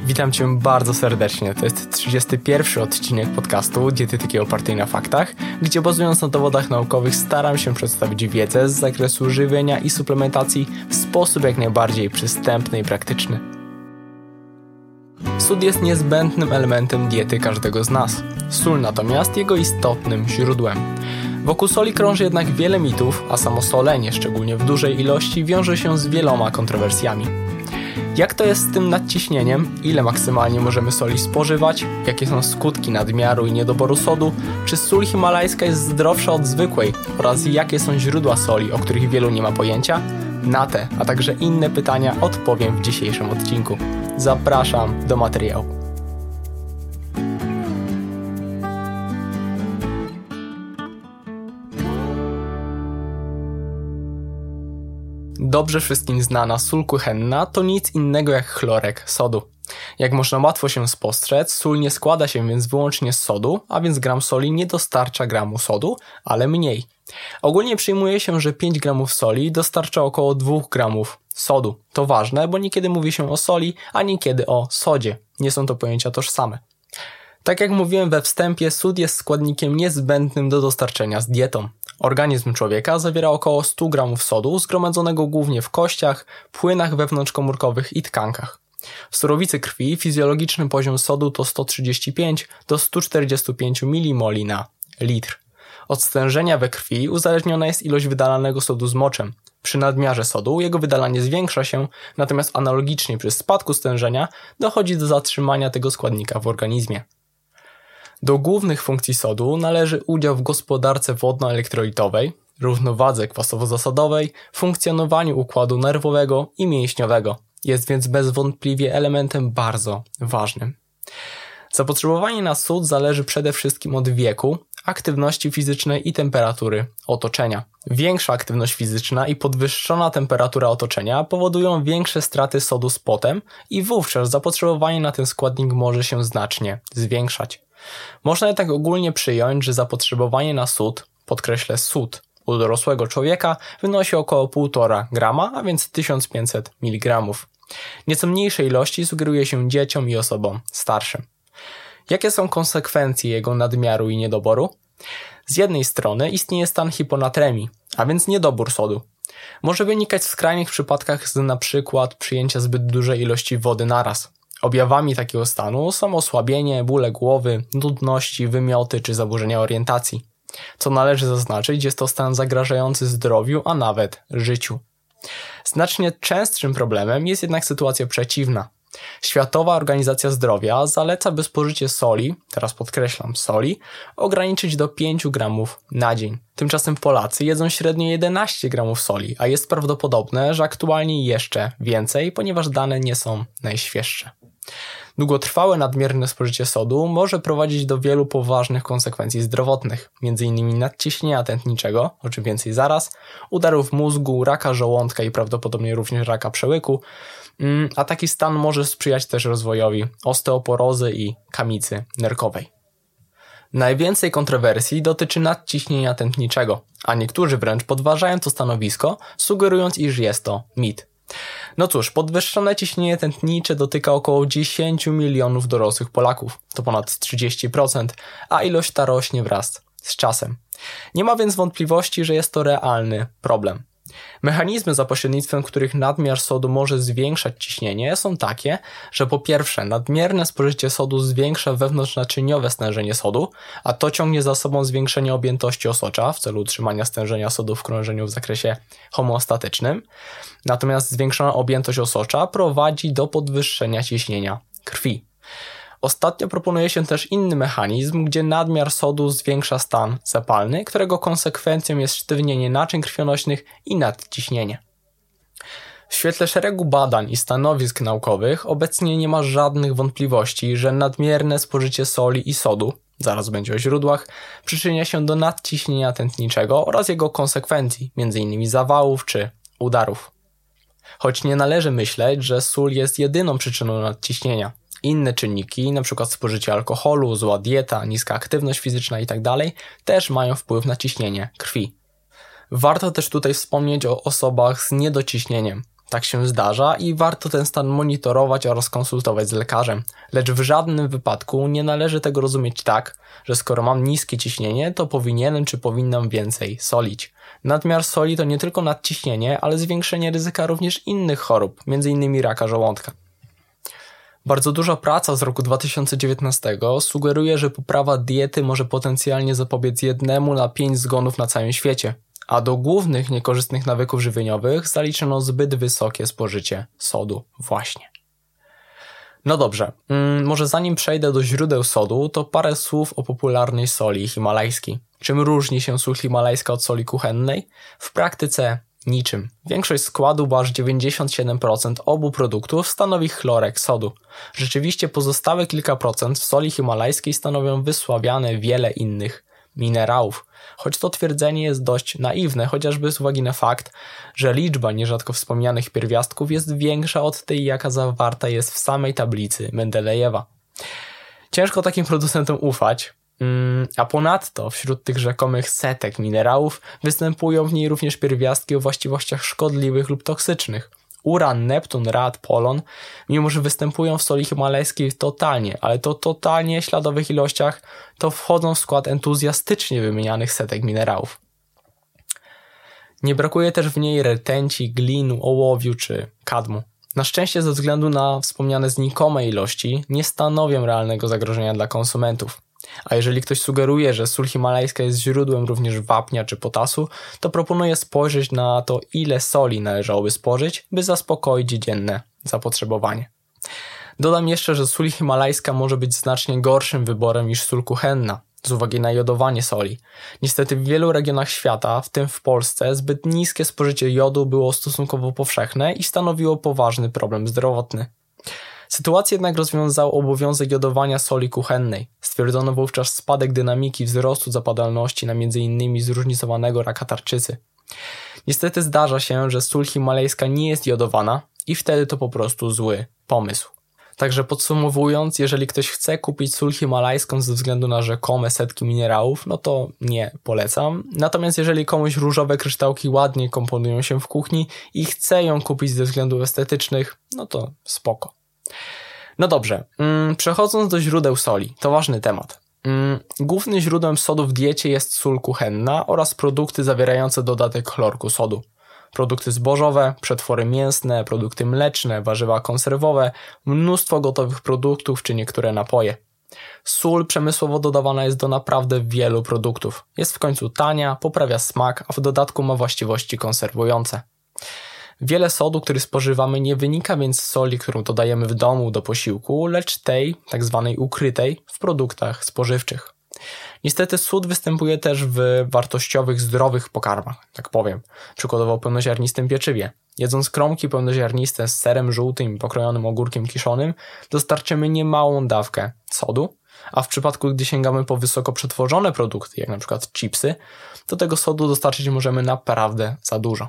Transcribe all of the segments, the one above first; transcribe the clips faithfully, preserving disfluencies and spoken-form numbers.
Witam Cię bardzo serdecznie. To jest trzydziesty pierwszy odcinek podcastu Dietetyki opartej na faktach, gdzie bazując na dowodach naukowych staram się przedstawić wiedzę z zakresu żywienia i suplementacji w sposób jak najbardziej przystępny i praktyczny. Sód jest niezbędnym elementem diety każdego z nas. Sól natomiast jego istotnym źródłem. Wokół soli krąży jednak wiele mitów, a samo solenie, szczególnie w dużej ilości, wiąże się z wieloma kontrowersjami. Jak to jest z tym nadciśnieniem? Ile maksymalnie możemy soli spożywać? Jakie są skutki nadmiaru i niedoboru sodu? Czy sól himalajska jest zdrowsza od zwykłej? Oraz jakie są źródła soli, o których wielu nie ma pojęcia? Na te, a także inne pytania odpowiem w dzisiejszym odcinku. Zapraszam do materiału. Dobrze wszystkim znana sól kuchenna to nic innego jak chlorek sodu. Jak można łatwo się spostrzec, sól nie składa się więc wyłącznie z sodu, a więc gram soli nie dostarcza gramu sodu, ale mniej. Ogólnie przyjmuje się, że pięć gramów soli dostarcza około dwa gramy sodu. To ważne, bo niekiedy mówi się o soli, a niekiedy o sodzie. Nie są to pojęcia tożsame. Tak jak mówiłem we wstępie, sód jest składnikiem niezbędnym do dostarczenia z dietą. Organizm człowieka zawiera około sto gramów sodu zgromadzonego głównie w kościach, płynach wewnątrzkomórkowych i tkankach. W surowicy krwi fizjologiczny poziom sodu to sto trzydzieści pięć do stu czterdziestu pięciu milimoli na litr. Od stężenia we krwi uzależniona jest ilość wydalanego sodu z moczem. Przy nadmiarze sodu jego wydalanie zwiększa się, natomiast analogicznie przy spadku stężenia dochodzi do zatrzymania tego składnika w organizmie. Do głównych funkcji sodu należy udział w gospodarce wodno-elektrolitowej, równowadze kwasowo-zasadowej, funkcjonowaniu układu nerwowego i mięśniowego. Jest więc bezwątpliwie elementem bardzo ważnym. Zapotrzebowanie na sód zależy przede wszystkim od wieku, aktywności fizycznej i temperatury otoczenia. Większa aktywność fizyczna i podwyższona temperatura otoczenia powodują większe straty sodu z potem i wówczas zapotrzebowanie na ten składnik może się znacznie zwiększać. Można jednak ogólnie przyjąć, że zapotrzebowanie na sód, podkreślę sód, u dorosłego człowieka wynosi około półtora grama, a więc tysiąc pięćset miligramów. Nieco mniejsze ilości sugeruje się dzieciom i osobom starszym. Jakie są konsekwencje jego nadmiaru i niedoboru? Z jednej strony istnieje stan hiponatremii, a więc niedobór sodu. Może wynikać w skrajnych przypadkach z np. przyjęcia zbyt dużej ilości wody naraz. Objawami takiego stanu są osłabienie, bóle głowy, nudności, wymioty czy zaburzenia orientacji. Co należy zaznaczyć, jest to stan zagrażający zdrowiu, a nawet życiu. Znacznie częstszym problemem jest jednak sytuacja przeciwna. Światowa Organizacja Zdrowia zaleca, by spożycie soli, teraz podkreślam soli, ograniczyć do pięć gramów na dzień. Tymczasem Polacy jedzą średnio jedenaście gramów soli, a jest prawdopodobne, że aktualnie jeszcze więcej, ponieważ dane nie są najświeższe. Długotrwałe nadmierne spożycie sodu może prowadzić do wielu poważnych konsekwencji zdrowotnych, m.in. nadciśnienia tętniczego, o czym więcej zaraz, udarów mózgu, raka żołądka i prawdopodobnie również raka przełyku, a taki stan może sprzyjać też rozwojowi osteoporozy i kamicy nerkowej. Najwięcej kontrowersji dotyczy nadciśnienia tętniczego, a niektórzy wręcz podważają to stanowisko, sugerując, iż jest to mit. No cóż, podwyższone ciśnienie tętnicze dotyka około dziesięć milionów dorosłych Polaków, to ponad trzydzieści procent, a ilość ta rośnie wraz z czasem. Nie ma więc wątpliwości, że jest to realny problem. Mechanizmy, za pośrednictwem których nadmiar sodu może zwiększać ciśnienie, są takie, że po pierwsze nadmierne spożycie sodu zwiększa wewnątrznaczyniowe stężenie sodu, a to ciągnie za sobą zwiększenie objętości osocza w celu utrzymania stężenia sodu w krążeniu w zakresie homeostatycznym. Natomiast zwiększona objętość osocza prowadzi do podwyższenia ciśnienia krwi. Ostatnio proponuje się też inny mechanizm, gdzie nadmiar sodu zwiększa stan zapalny, którego konsekwencją jest sztywnienie naczyń krwionośnych i nadciśnienie. W świetle szeregu badań i stanowisk naukowych obecnie nie ma żadnych wątpliwości, że nadmierne spożycie soli i sodu, zaraz będzie o źródłach, przyczynia się do nadciśnienia tętniczego oraz jego konsekwencji, m.in. zawałów czy udarów. Choć nie należy myśleć, że sól jest jedyną przyczyną nadciśnienia. Inne czynniki, np. spożycie alkoholu, zła dieta, niska aktywność fizyczna itd. też mają wpływ na ciśnienie krwi. Warto też tutaj wspomnieć o osobach z niedociśnieniem. Tak się zdarza i warto ten stan monitorować oraz konsultować z lekarzem. Lecz w żadnym wypadku nie należy tego rozumieć tak, że skoro mam niskie ciśnienie, to powinienem czy powinnam więcej solić. Nadmiar soli to nie tylko nadciśnienie, ale zwiększenie ryzyka również innych chorób, między innymi raka żołądka. Bardzo duża praca z roku dwa tysiące dziewiętnastego sugeruje, że poprawa diety może potencjalnie zapobiec jednemu na pięć zgonów na całym świecie, a do głównych niekorzystnych nawyków żywieniowych zaliczono zbyt wysokie spożycie sodu właśnie. No dobrze, hmm, może zanim przejdę do źródeł sodu, to parę słów o popularnej soli himalajskiej. Czym różni się sól himalajska od soli kuchennej? W praktyce niczym. Większość składu, bo aż dziewięćdziesiąt siedem procent obu produktów stanowi chlorek sodu. Rzeczywiście pozostałe kilka procent w soli himalajskiej stanowią wysławiane wiele innych minerałów. Choć to twierdzenie jest dość naiwne, chociażby z uwagi na fakt, że liczba nierzadko wspomnianych pierwiastków jest większa od tej, jaka zawarta jest w samej tablicy Mendelejewa. Ciężko takim producentom ufać, a ponadto wśród tych rzekomych setek minerałów występują w niej również pierwiastki o właściwościach szkodliwych lub toksycznych. Uran, neptun, rad, polon, mimo że występują w soli himalajskiej totalnie, ale to totalnie śladowych ilościach, to wchodzą w skład entuzjastycznie wymienianych setek minerałów. Nie brakuje też w niej rtęci, glinu, ołowiu czy kadmu. Na szczęście ze względu na wspomniane znikome ilości nie stanowią realnego zagrożenia dla konsumentów. A jeżeli ktoś sugeruje, że sól himalajska jest źródłem również wapnia czy potasu, to proponuję spojrzeć na to, ile soli należałoby spożyć, by zaspokoić dzienne zapotrzebowanie. Dodam jeszcze, że sól himalajska może być znacznie gorszym wyborem niż sól kuchenna, z uwagi na jodowanie soli. Niestety w wielu regionach świata, w tym w Polsce, zbyt niskie spożycie jodu było stosunkowo powszechne i stanowiło poważny problem zdrowotny. Sytuację jednak rozwiązał obowiązek jodowania soli kuchennej. Stwierdzono wówczas spadek dynamiki wzrostu zapadalności na między innymi zróżnicowanego raka tarczycy. Niestety zdarza się, że sól himalajska nie jest jodowana i wtedy to po prostu zły pomysł. Także podsumowując, jeżeli ktoś chce kupić sól himalajską ze względu na rzekome setki minerałów, no to nie polecam. Natomiast jeżeli komuś różowe kryształki ładnie komponują się w kuchni i chce ją kupić ze względów estetycznych, no to spoko. No dobrze, mm, przechodząc do źródeł soli, to ważny temat. Mm, głównym źródłem sodu w diecie jest sól kuchenna oraz produkty zawierające dodatek chlorku sodu. Produkty zbożowe, przetwory mięsne, produkty mleczne, warzywa konserwowe, mnóstwo gotowych produktów czy niektóre napoje. Sól przemysłowo dodawana jest do naprawdę wielu produktów. Jest w końcu tania, poprawia smak, a w dodatku ma właściwości konserwujące. Wiele sodu, który spożywamy, nie wynika więc z soli, którą dodajemy w domu do posiłku, lecz tej, tak zwanej ukrytej, w produktach spożywczych. Niestety sód występuje też w wartościowych, zdrowych pokarmach, tak powiem, przykładowo pełnoziarnistym pieczywie. Jedząc kromki pełnoziarniste z serem żółtym i pokrojonym ogórkiem kiszonym, dostarczymy niemałą dawkę sodu, a w przypadku, gdy sięgamy po wysoko przetworzone produkty, jak na przykład chipsy, to tego sodu dostarczyć możemy naprawdę za dużo.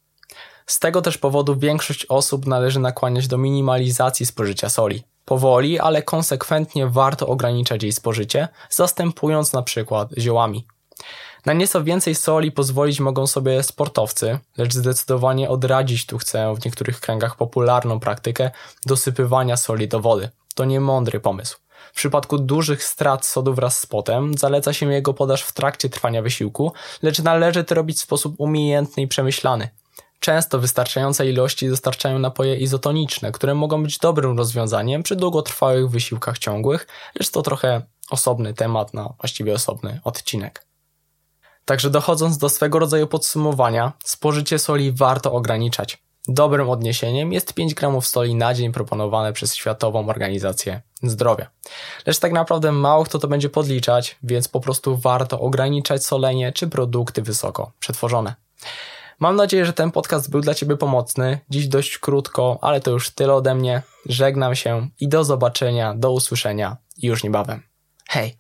Z tego też powodu większość osób należy nakłaniać do minimalizacji spożycia soli. Powoli, ale konsekwentnie warto ograniczać jej spożycie, zastępując na przykład ziołami. Na nieco więcej soli pozwolić mogą sobie sportowcy, lecz zdecydowanie odradzić tu chcę w niektórych kręgach popularną praktykę dosypywania soli do wody. To niemądry pomysł. W przypadku dużych strat sodu wraz z potem zaleca się jego podaż w trakcie trwania wysiłku, lecz należy to robić w sposób umiejętny i przemyślany. Często wystarczające ilości dostarczają napoje izotoniczne, które mogą być dobrym rozwiązaniem przy długotrwałych wysiłkach ciągłych, lecz to trochę osobny temat na właściwie osobny odcinek. Także dochodząc do swego rodzaju podsumowania, spożycie soli warto ograniczać. Dobrym odniesieniem jest pięć gramów soli na dzień proponowane przez Światową Organizację Zdrowia. Lecz tak naprawdę mało kto to będzie podliczać, więc po prostu warto ograniczać solenie czy produkty wysoko przetworzone. Mam nadzieję, że ten podcast był dla Ciebie pomocny. Dziś dość krótko, ale to już tyle ode mnie. Żegnam się i do zobaczenia, do usłyszenia już niebawem. Hej!